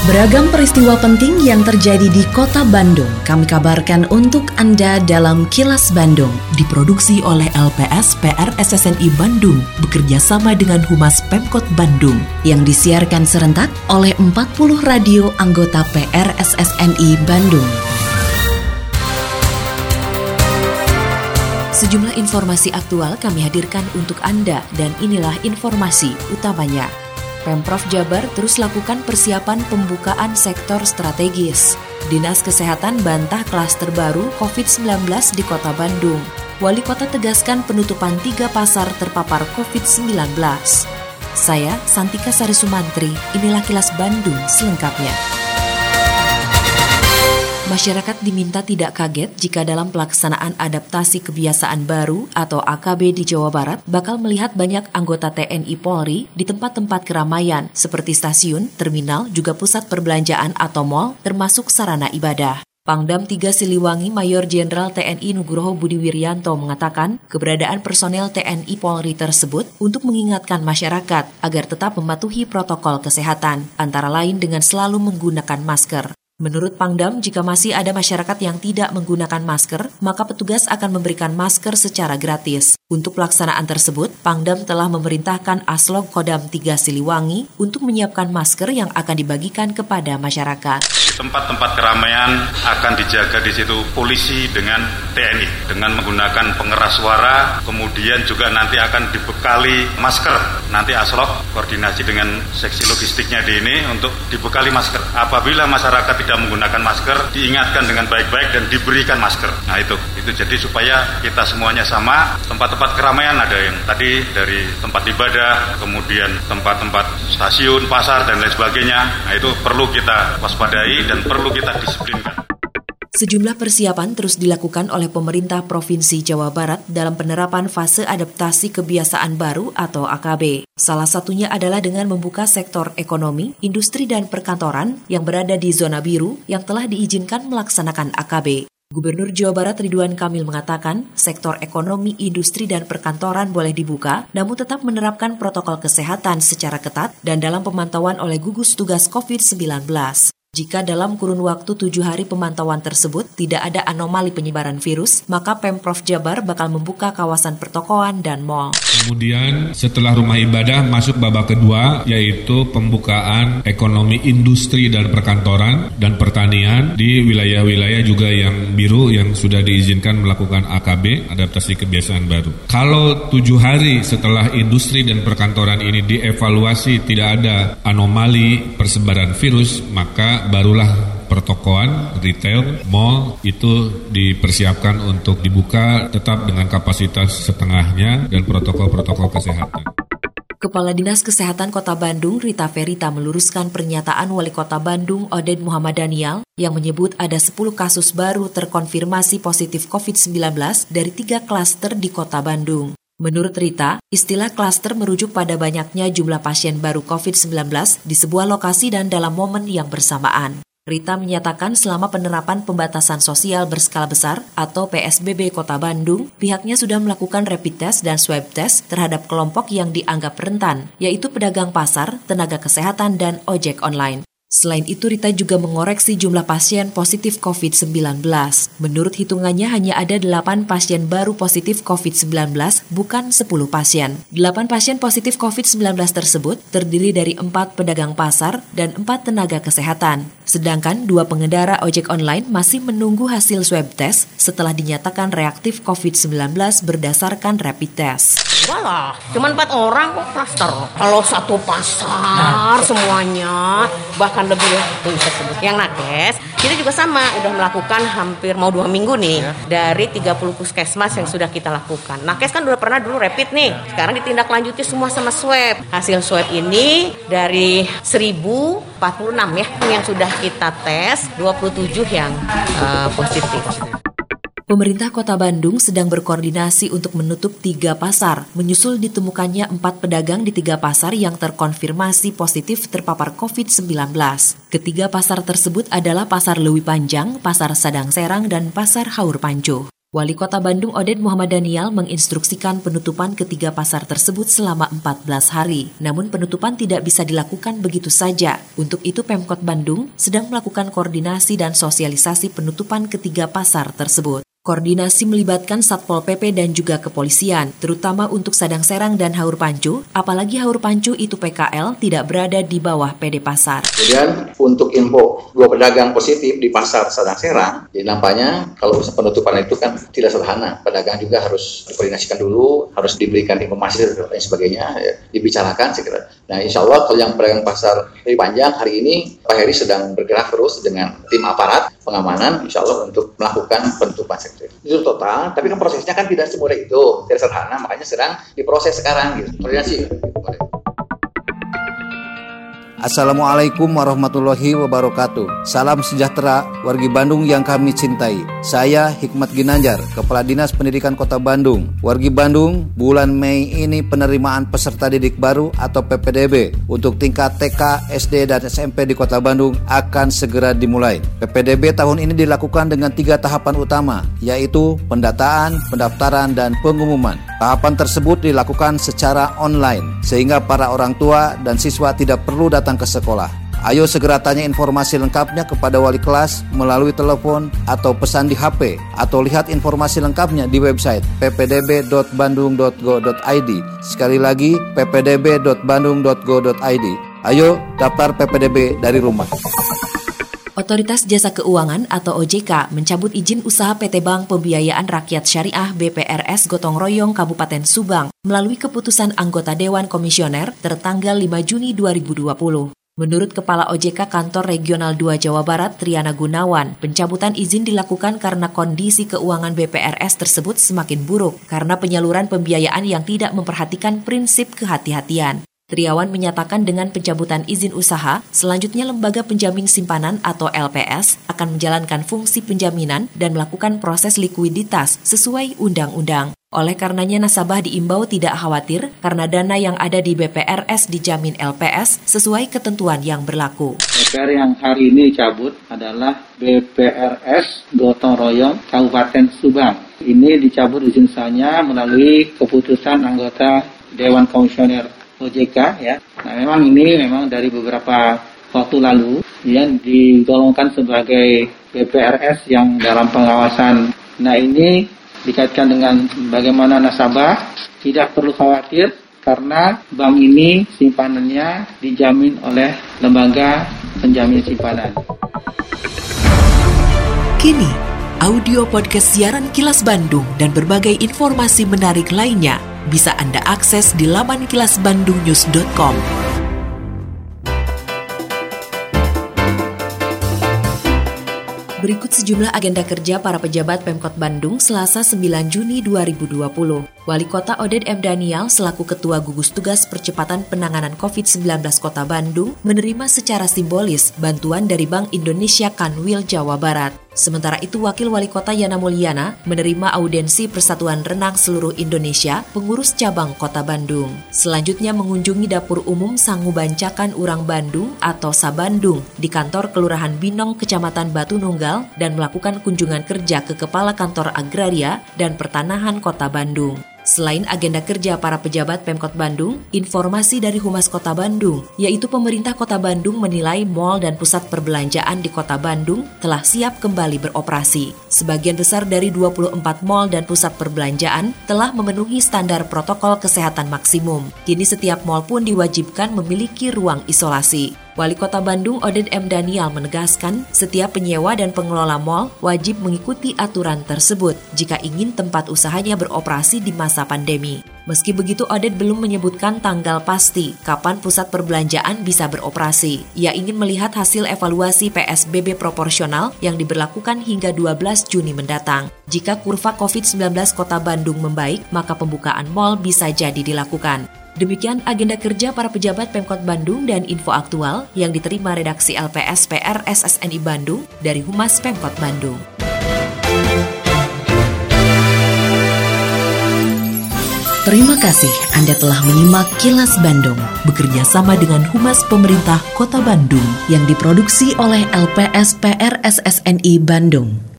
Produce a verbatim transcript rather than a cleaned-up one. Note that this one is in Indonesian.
Beragam peristiwa penting yang terjadi di Kota Bandung kami kabarkan untuk Anda dalam Kilas Bandung. Diproduksi oleh L P S P R S S N I Bandung bekerja sama dengan Humas Pemkot Bandung yang disiarkan serentak oleh empat puluh radio anggota P R S S N I Bandung. Sejumlah informasi aktual kami hadirkan untuk Anda dan inilah informasi utamanya. Pemprov Jabar terus lakukan persiapan pembukaan sektor strategis. Dinas Kesehatan bantah klaster baru covid sembilan belas di Kota Bandung. Wali Kota tegaskan penutupan tiga pasar terpapar covid sembilan belas. Saya, Santika Sari Sumantri, inilah Kilas Bandung selengkapnya. Masyarakat diminta tidak kaget jika dalam pelaksanaan adaptasi kebiasaan baru atau A K B di Jawa Barat bakal melihat banyak anggota T N I Polri di tempat-tempat keramaian seperti stasiun, terminal, juga pusat perbelanjaan atau mal, termasuk sarana ibadah. Pangdam tiga Siliwangi Mayor Jenderal T N I Nugroho Budi Wiryanto mengatakan keberadaan personel T N I Polri tersebut untuk mengingatkan masyarakat agar tetap mematuhi protokol kesehatan, antara lain dengan selalu menggunakan masker. Menurut Pangdam, jika masih ada masyarakat yang tidak menggunakan masker, maka petugas akan memberikan masker secara gratis. Untuk pelaksanaan tersebut, Pangdam telah memerintahkan Aslog Kodam tiga Siliwangi untuk menyiapkan masker yang akan dibagikan kepada masyarakat. Tempat-tempat keramaian akan dijaga di situ polisi dengan T N I dengan menggunakan pengeras suara, kemudian juga nanti akan dibekali masker. Nanti Aslog koordinasi dengan seksi logistiknya di ini untuk dibekali masker. Apabila masyarakat tidak menggunakan masker, diingatkan dengan baik-baik dan diberikan masker. Nah itu, itu jadi supaya kita semuanya sama. Tempat-tempat keramaian ada yang tadi dari tempat ibadah, kemudian tempat-tempat stasiun, pasar dan lain sebagainya. Nah itu perlu kita waspadai dan perlu kita disiplinkan. Sejumlah persiapan terus dilakukan oleh pemerintah Provinsi Jawa Barat dalam penerapan fase adaptasi kebiasaan baru atau A K B. Salah satunya adalah dengan membuka sektor ekonomi, industri dan perkantoran yang berada di zona biru yang telah diizinkan melaksanakan A K B. Gubernur Jawa Barat Ridwan Kamil mengatakan sektor ekonomi, industri dan perkantoran boleh dibuka, namun tetap menerapkan protokol kesehatan secara ketat dan dalam pemantauan oleh gugus tugas covid sembilan belas. Jika dalam kurun waktu tujuh hari pemantauan tersebut tidak ada anomali penyebaran virus, maka Pemprov Jabar bakal membuka kawasan pertokoan dan mal. Kemudian setelah rumah ibadah masuk babak kedua, yaitu pembukaan ekonomi, industri dan perkantoran dan pertanian di wilayah-wilayah juga yang biru yang sudah diizinkan melakukan A K B, adaptasi kebiasaan baru. Kalau tujuh hari setelah industri dan perkantoran ini dievaluasi tidak ada anomali persebaran virus, maka barulah pertokoan, retail, mall itu dipersiapkan untuk dibuka tetap dengan kapasitas setengahnya dan protokol-protokol kesehatan. Kepala Dinas Kesehatan Kota Bandung, Rita Ferita, meluruskan pernyataan Wali Kota Bandung, Oden Muhammad Daniel, yang menyebut ada sepuluh kasus baru terkonfirmasi positif covid sembilan belas dari tiga klaster di Kota Bandung. Menurut Rita, istilah klaster merujuk pada banyaknya jumlah pasien baru covid sembilan belas di sebuah lokasi dan dalam momen yang bersamaan. Rita menyatakan selama penerapan pembatasan sosial berskala besar atau P S B B Kota Bandung, pihaknya sudah melakukan rapid test dan swab test terhadap kelompok yang dianggap rentan, yaitu pedagang pasar, tenaga kesehatan, dan ojek online. Selain itu, Rita juga mengoreksi jumlah pasien positif covid sembilan belas. Menurut hitungannya hanya ada delapan pasien baru positif covid sembilan belas, bukan sepuluh pasien. delapan pasien positif covid sembilan belas tersebut terdiri dari empat pedagang pasar dan empat tenaga kesehatan. Sedangkan dua pengendara ojek online masih menunggu hasil swab test setelah dinyatakan reaktif covid sembilan belas berdasarkan rapid test. Walah, cuma empat orang kok klaster. Kalau satu pasar semuanya, bahkan lebih bisa sebut. Yang nakes, kita juga sama, udah melakukan hampir mau dua minggu nih. Dari tiga puluh puskesmas yang sudah kita lakukan. Nakes kan udah pernah dulu rapid nih. Sekarang ditindaklanjuti semua sama swab. Hasil swab ini dari seribu empat puluh enam ya, yang sudah kita tes, dua puluh tujuh yang uh, positif. Pemerintah Kota Bandung sedang berkoordinasi untuk menutup tiga pasar, menyusul ditemukannya empat pedagang di tiga pasar yang terkonfirmasi positif terpapar covid sembilan belas. Ketiga pasar tersebut adalah Pasar Lewi Panjang, Pasar Sadang Serang, dan Pasar Haur Panco. Wali Kota Bandung Oded Muhammadanial menginstruksikan penutupan ketiga pasar tersebut selama empat belas hari. Namun penutupan tidak bisa dilakukan begitu saja. Untuk itu Pemkot Bandung sedang melakukan koordinasi dan sosialisasi penutupan ketiga pasar tersebut. Koordinasi melibatkan Satpol P P dan juga kepolisian, terutama untuk Sadang Serang dan Haur Pancu, apalagi Haur Pancu itu P K L tidak berada di bawah P D Pasar. Kemudian untuk info dua pedagang positif di Pasar Sadang Serang, jadi nampaknya kalau penutupan itu kan tidak sederhana. Pedagang juga harus dikoordinasikan dulu, harus diberikan informasi dan sebagainya, ya, dibicarakan segera. Nah insya Allah kalau yang pedagang pasar lebih panjang, hari ini Pak Heri sedang bergerak terus dengan tim aparat pengamanan, insya Allah untuk melakukan penutupan sektor. Itu total, tapi kan prosesnya kan tidak semudah itu, tidak sederhana, makanya sedang diproses sekarang gitu. Koordinasi. Assalamualaikum warahmatullahi wabarakatuh. Salam sejahtera wargi Bandung yang kami cintai. Saya Hikmat Ginanjar, Kepala Dinas Pendidikan Kota Bandung. Wargi Bandung, bulan Mei ini penerimaan peserta didik baru atau P P D B untuk tingkat T K, S D, dan S M P di Kota Bandung akan segera dimulai. P P D B tahun ini dilakukan dengan tiga tahapan utama, yaitu pendataan, pendaftaran, dan pengumuman. Tahapan tersebut dilakukan secara online, sehingga para orang tua dan siswa tidak perlu datang ke sekolah. Ayo segera tanya informasi lengkapnya kepada wali kelas melalui telepon atau pesan di H P, atau lihat informasi lengkapnya di website p p d b dot bandung dot go dot i d. Sekali lagi p p d b dot bandung dot go dot i d. Ayo daftar P P D B dari rumah. Otoritas Jasa Keuangan atau O J K mencabut izin usaha P T Bank Pembiayaan Rakyat Syariah B P R S Gotong Royong Kabupaten Subang melalui keputusan anggota Dewan Komisioner tertanggal lima Juni dua ribu dua puluh. Menurut Kepala O J K Kantor Regional dua Jawa Barat Triana Gunawan, pencabutan izin dilakukan karena kondisi keuangan B P R S tersebut semakin buruk karena penyaluran pembiayaan yang tidak memperhatikan prinsip kehati-hatian. Triawan menyatakan dengan pencabutan izin usaha, selanjutnya Lembaga Penjamin Simpanan atau L P S akan menjalankan fungsi penjaminan dan melakukan proses likuiditas sesuai undang-undang. Oleh karenanya nasabah diimbau tidak khawatir karena dana yang ada di B P R S dijamin L P S sesuai ketentuan yang berlaku. B P R yang hari ini dicabut adalah B P R S Gotong Royong Kabupaten Subang. Ini dicabut izin usahanya melalui keputusan anggota Dewan Komisioner O J K ya. Nah memang ini memang dari beberapa waktu lalu yang digolongkan sebagai B P R S yang dalam pengawasan. Nah ini dikaitkan dengan bagaimana nasabah tidak perlu khawatir karena bank ini simpanannya dijamin oleh lembaga penjamin simpanan. Kini audio podcast siaran Kilas Bandung dan berbagai informasi menarik lainnya bisa Anda akses di laman kilas bandung news dot com. Berikut sejumlah agenda kerja para pejabat Pemkot Bandung Selasa sembilan Juni dua ribu dua puluh. Wali Kota Oded M. Daniel selaku Ketua Gugus Tugas Percepatan Penanganan covid sembilan belas Kota Bandung menerima secara simbolis bantuan dari Bank Indonesia Kanwil Jawa Barat. Sementara itu Wakil Wali Kota Yana Mulyana menerima audensi Persatuan Renang Seluruh Indonesia pengurus cabang Kota Bandung. Selanjutnya mengunjungi Dapur Umum Sangubancakan Urang Bandung atau Sabandung di kantor Kelurahan Binong Kecamatan Batu Nunggal dan melakukan kunjungan kerja ke Kepala Kantor Agraria dan Pertanahan Kota Bandung. Selain agenda kerja para pejabat Pemkot Bandung, informasi dari Humas Kota Bandung, yaitu pemerintah Kota Bandung menilai mal dan pusat perbelanjaan di Kota Bandung telah siap kembali beroperasi. Sebagian besar dari dua puluh empat mal dan pusat perbelanjaan telah memenuhi standar protokol kesehatan maksimum. Kini setiap mal pun diwajibkan memiliki ruang isolasi. Wali Kota Bandung Oded M. Daniel menegaskan setiap penyewa dan pengelola mal wajib mengikuti aturan tersebut jika ingin tempat usahanya beroperasi di masa pandemi. Meski begitu, Oded belum menyebutkan tanggal pasti kapan pusat perbelanjaan bisa beroperasi. Ia ingin melihat hasil evaluasi P S B B proporsional yang diberlakukan hingga dua belas Juni mendatang. Jika kurva covid sembilan belas Kota Bandung membaik, maka pembukaan mal bisa jadi dilakukan. Demikian agenda kerja para pejabat Pemkot Bandung dan info aktual yang diterima redaksi L P S P R S S N I Bandung dari Humas Pemkot Bandung. Terima kasih Anda telah menyimak Kilas Bandung bekerja sama dengan Humas Pemerintah Kota Bandung yang diproduksi oleh L P S P R S S N I Bandung.